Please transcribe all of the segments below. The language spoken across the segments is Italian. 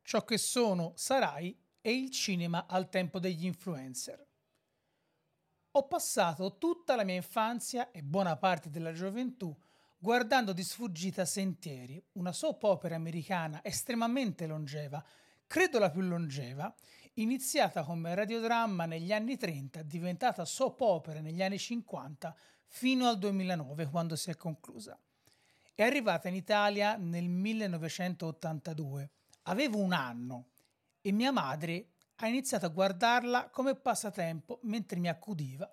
ciò che sono, sarai e il cinema al tempo degli influencer. Ho passato tutta la mia infanzia e buona parte della gioventù guardando di sfuggita Sentieri, una soap opera americana estremamente longeva, credo la più longeva, iniziata come radiodramma negli anni 30, diventata soap opera negli anni 50 fino al 2009 quando si è conclusa. È arrivata in Italia nel 1982. Avevo un anno e mia madre ha iniziato a guardarla come passatempo mentre mi accudiva.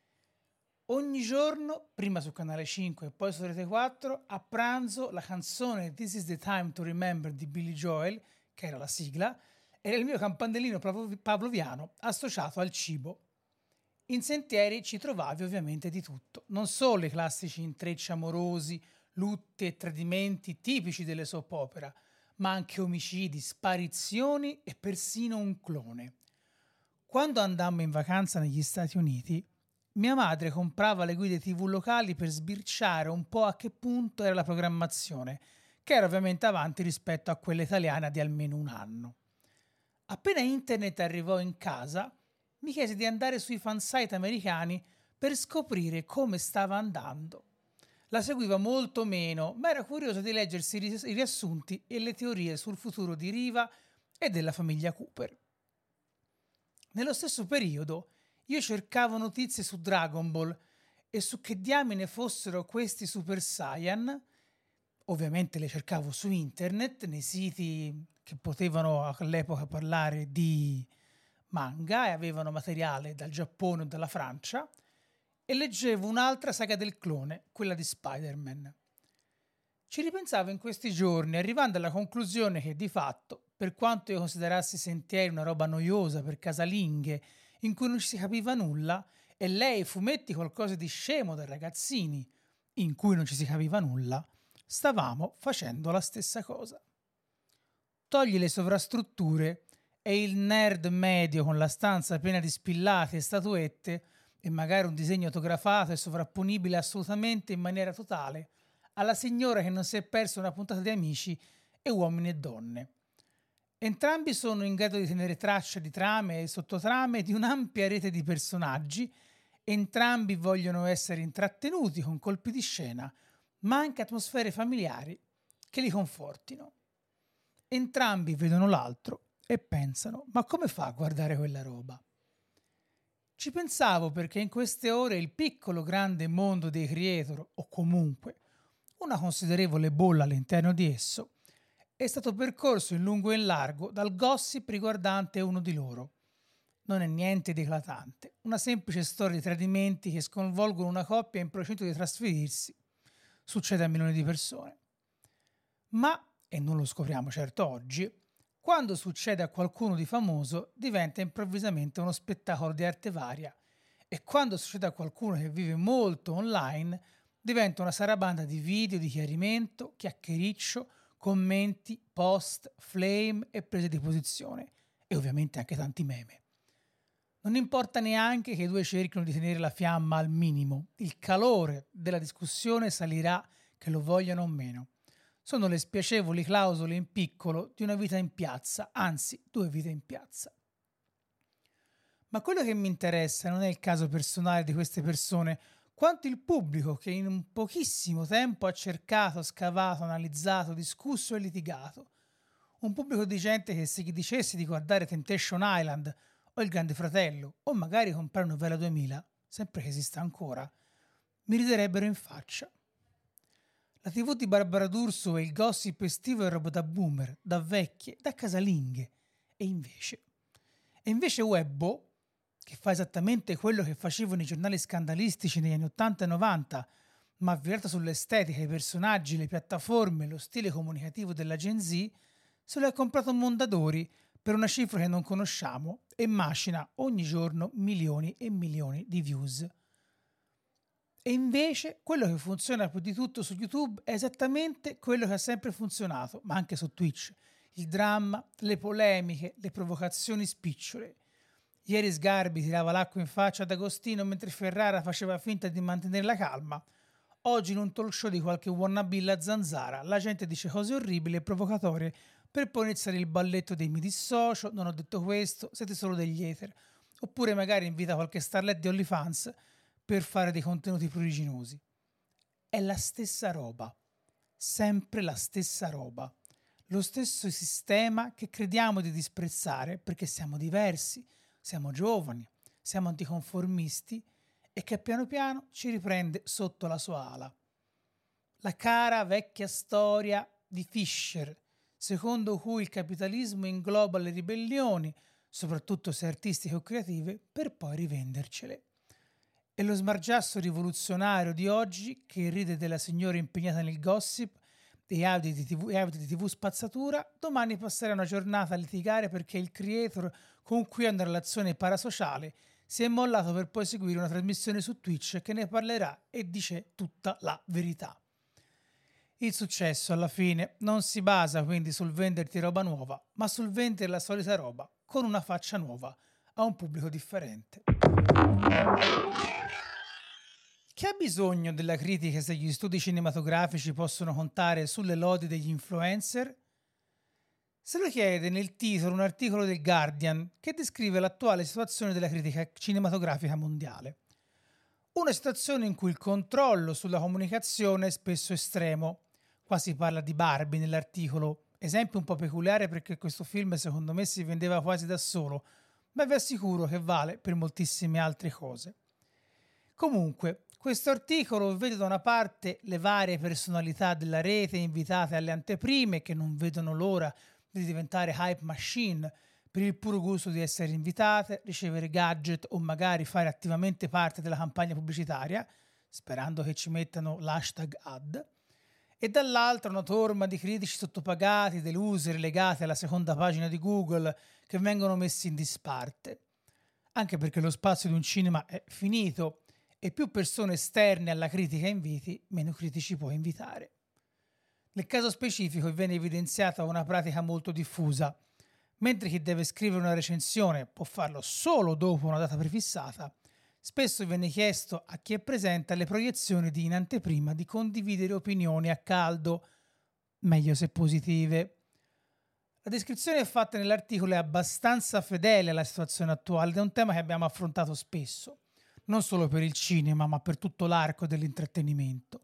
Ogni giorno, prima su Canale 5 e poi su Rete 4, a pranzo la canzone This is the Time to Remember di Billy Joel, che era la sigla, era il mio campanellino pavloviano associato al cibo. In Sentieri ci trovavi ovviamente di tutto, non solo i classici intrecci amorosi, lutti e tradimenti tipici delle soap opera, ma anche omicidi, sparizioni e persino un clone. Quando andammo in vacanza negli Stati Uniti, mia madre comprava le guide TV locali per sbirciare un po' a che punto era la programmazione, che era ovviamente avanti rispetto a quella italiana di almeno un anno. Appena internet arrivò in casa, mi chiese di andare sui fansite americani per scoprire come stava andando. La seguiva molto meno, ma era curiosa di leggersi i riassunti e le teorie sul futuro di Riva e della famiglia Cooper. Nello stesso periodo io cercavo notizie su Dragon Ball e su che diamine fossero questi Super Saiyan. Ovviamente le cercavo su internet, nei siti che potevano all'epoca parlare di manga e avevano materiale dal Giappone o dalla Francia, e leggevo un'altra saga del clone, quella di Spider-Man. Ci ripensavo in questi giorni, arrivando alla conclusione che di fatto, per quanto io considerassi Sentieri una roba noiosa per casalinghe in cui non ci si capiva nulla, e lei fumetti qualcosa di scemo da ragazzini in cui non ci si capiva nulla, stavamo facendo la stessa cosa. Togli le sovrastrutture e il nerd medio con la stanza piena di spillate e statuette e magari un disegno autografato e sovrapponibile assolutamente in maniera totale alla signora che non si è persa una puntata di Amici e Uomini e Donne. Entrambi sono in grado di tenere traccia di trame e sottotrame di un'ampia rete di personaggi, entrambi vogliono essere intrattenuti con colpi di scena, ma anche atmosfere familiari che li confortino. Entrambi vedono l'altro e pensano: ma come fa a guardare quella roba? Ci pensavo perché in queste ore il piccolo grande mondo dei creator, o comunque una considerevole bolla all'interno di esso, è stato percorso in lungo e in largo dal gossip riguardante uno di loro. Non è niente di eclatante, una semplice storia di tradimenti che sconvolgono una coppia in procinto di trasferirsi. Succede a milioni di persone. Ma, e non lo scopriamo certo oggi, quando succede a qualcuno di famoso diventa improvvisamente uno spettacolo di arte varia, e quando succede a qualcuno che vive molto online diventa una sarabanda di video di chiarimento, chiacchiericcio, commenti, post, flame e prese di posizione, e ovviamente anche tanti meme. Non importa neanche che i due cerchino di tenere la fiamma al minimo, il calore della discussione salirà che lo vogliano o meno. Sono le spiacevoli clausole in piccolo di una vita in piazza, anzi, due vite in piazza. Ma quello che mi interessa non è il caso personale di queste persone, quanto il pubblico che in un pochissimo tempo ha cercato, scavato, analizzato, discusso e litigato. Un pubblico di gente che se gli dicessi di guardare Temptation Island o Il Grande Fratello o magari comprare Novella 2000, sempre che esista ancora, mi riderebbero in faccia. La TV di Barbara D'Urso e il gossip estivo è roba da boomer, da vecchie, da casalinghe. E invece Webbo, che fa esattamente quello che facevano i giornali scandalistici negli anni 80 e 90, ma virato sull'estetica, i personaggi, le piattaforme, lo stile comunicativo della Gen Z, se lo è comprato Mondadori per una cifra che non conosciamo e macina ogni giorno milioni e milioni di views. E invece quello che funziona più di tutto su YouTube è esattamente quello che ha sempre funzionato, ma anche su Twitch. Il dramma, le polemiche, le provocazioni spicciole. Ieri Sgarbi tirava l'acqua in faccia ad Agostino mentre Ferrara faceva finta di mantenere la calma. Oggi in un talk show di qualche wannabe la zanzara la gente dice cose orribili e provocatorie per poi iniziare il balletto dei mi dissocio, non ho detto questo, siete solo degli hater. Oppure magari invita qualche starlet di OnlyFans per fare dei contenuti pruriginosi. È la stessa roba, sempre la stessa roba. Lo stesso sistema che crediamo di disprezzare perché siamo diversi, siamo giovani, siamo anticonformisti e che piano piano ci riprende sotto la sua ala. La cara vecchia storia di Fischer, secondo cui il capitalismo ingloba le ribellioni, soprattutto se artistiche o creative, per poi rivendercele. E lo smargiasso rivoluzionario di oggi, che ride della signora impegnata nel gossip e abiti di TV spazzatura, domani passerà una giornata a litigare perché il creator con cui ha una relazione parasociale si è mollato per poi seguire una trasmissione su Twitch che ne parlerà e dice tutta la verità. Il successo alla fine non si basa quindi sul venderti roba nuova, ma sul vendere la solita roba con una faccia nuova a un pubblico differente. Chi ha bisogno della critica se gli studi cinematografici possono contare sulle lodi degli influencer? Se lo chiede nel titolo un articolo del Guardian che descrive l'attuale situazione della critica cinematografica mondiale. Una situazione in cui il controllo sulla comunicazione è spesso estremo. Qua si parla di Barbie nell'articolo, esempio un po' peculiare perché questo film secondo me si vendeva quasi da solo, ma vi assicuro che vale per moltissime altre cose. Comunque, questo articolo vede da una parte le varie personalità della rete invitate alle anteprime che non vedono l'ora di diventare hype machine per il puro gusto di essere invitate, ricevere gadget o magari fare attivamente parte della campagna pubblicitaria, sperando che ci mettano l'hashtag ad, e dall'altra una torma di critici sottopagati, delusi, relegati alla seconda pagina di Google che vengono messi in disparte. Anche perché lo spazio di un cinema è finito e più persone esterne alla critica inviti, meno critici puoi invitare. Nel caso specifico viene evidenziata una pratica molto diffusa. Mentre chi deve scrivere una recensione può farlo solo dopo una data prefissata, spesso viene chiesto a chi è presente alle proiezioni in anteprima di condividere opinioni a caldo, meglio se positive. La descrizione fatta nell'articolo è abbastanza fedele alla situazione attuale ed è un tema che abbiamo affrontato spesso, non solo per il cinema ma per tutto l'arco dell'intrattenimento.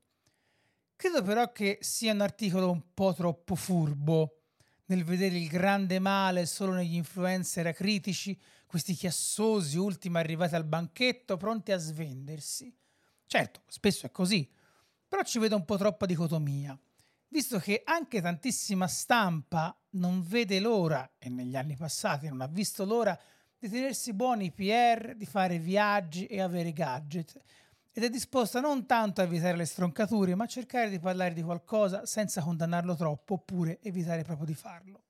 Credo però che sia un articolo un po' troppo furbo nel vedere il grande male solo negli influencer acritici, questi chiassosi ultimi arrivati al banchetto pronti a svendersi. Certo, spesso è così, però ci vedo un po' troppa dicotomia, visto che anche tantissima stampa non vede l'ora, e negli anni passati non ha visto l'ora, di tenersi buoni i PR, di fare viaggi e avere gadget, ed è disposta non tanto a evitare le stroncature, ma a cercare di parlare di qualcosa senza condannarlo troppo, oppure evitare proprio di farlo.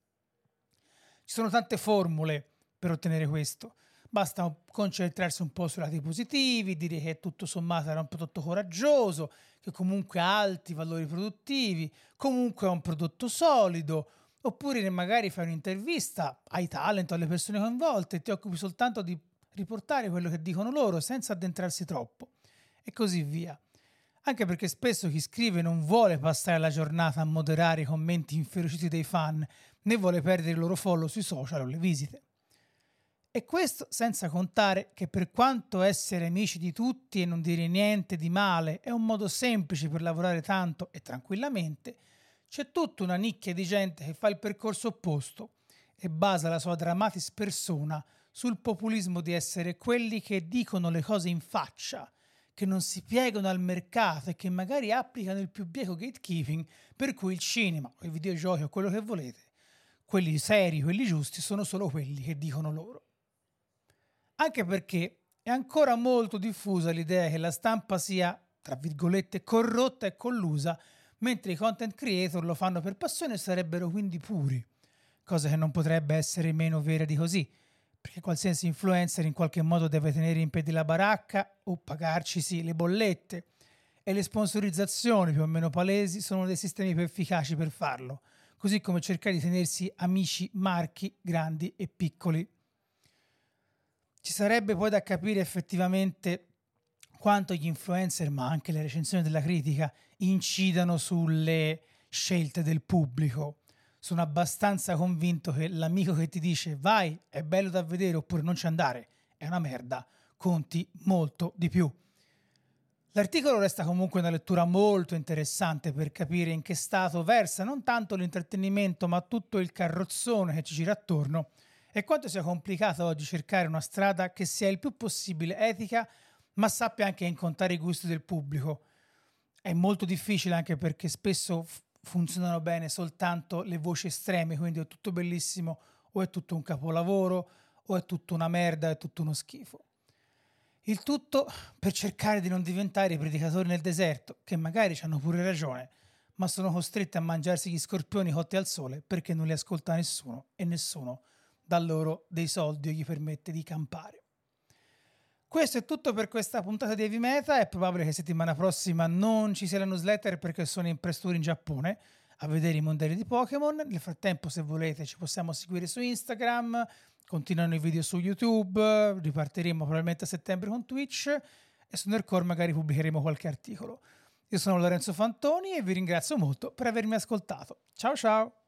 Ci sono tante formule per ottenere questo. Basta concentrarsi un po' sui lati positivi, dire che tutto sommato era un prodotto coraggioso, che comunque ha alti valori produttivi, comunque è un prodotto solido, oppure magari fai un'intervista ai talent, alle persone coinvolte e ti occupi soltanto di riportare quello che dicono loro senza addentrarsi troppo. E così via. Anche perché spesso chi scrive non vuole passare la giornata a moderare i commenti inferociti dei fan, né vuole perdere il loro follow sui social o le visite. E questo senza contare che per quanto essere amici di tutti e non dire niente di male è un modo semplice per lavorare tanto e tranquillamente, c'è tutta una nicchia di gente che fa il percorso opposto e basa la sua dramatis persona sul populismo di essere quelli che dicono le cose in faccia, che non si piegano al mercato e che magari applicano il più bieco gatekeeping, per cui il cinema o i videogiochi o quello che volete, quelli seri, quelli giusti, sono solo quelli che dicono loro. Anche perché è ancora molto diffusa l'idea che la stampa sia, tra virgolette, corrotta e collusa, mentre i content creator lo fanno per passione e sarebbero quindi puri, cosa che non potrebbe essere meno vera di così, perché qualsiasi influencer in qualche modo deve tenere in piedi la baracca o pagarcisi le bollette, e le sponsorizzazioni più o meno palesi sono uno dei sistemi più efficaci per farlo, così come cercare di tenersi amici marchi grandi e piccoli. Ci sarebbe poi da capire effettivamente quanto gli influencer, ma anche le recensioni della critica, incidano sulle scelte del pubblico. sono abbastanza convinto che l'amico che ti dice vai, è bello da vedere oppure non ci andare, è una merda, conti molto di più. L'articolo resta comunque una lettura molto interessante per capire in che stato versa non tanto l'intrattenimento ma tutto il carrozzone che ci gira attorno e quanto sia complicato oggi cercare una strada che sia il più possibile etica ma sappia anche incontrare i gusti del pubblico. È molto difficile anche perché spesso funzionano bene soltanto le voci estreme, quindi è tutto bellissimo o è tutto un capolavoro o è tutto una merda, è tutto uno schifo. Il tutto per cercare di non diventare i predicatori nel deserto, che magari hanno pure ragione, ma sono costretti a mangiarsi gli scorpioni cotti al sole perché non li ascolta nessuno e nessuno dà loro dei soldi o gli permette di campare. Questo è tutto per questa puntata di Heavy Meta. È probabile che settimana prossima non ci sia la newsletter perché sono in press tour in Giappone a vedere i mondiali di Pokémon. Nel frattempo, se volete, ci possiamo seguire su Instagram, continuano i video su YouTube, ripartiremo probabilmente a settembre con Twitch e su Nerdcore magari pubblicheremo qualche articolo. Io sono Lorenzo Fantoni e vi ringrazio molto per avermi ascoltato. Ciao ciao!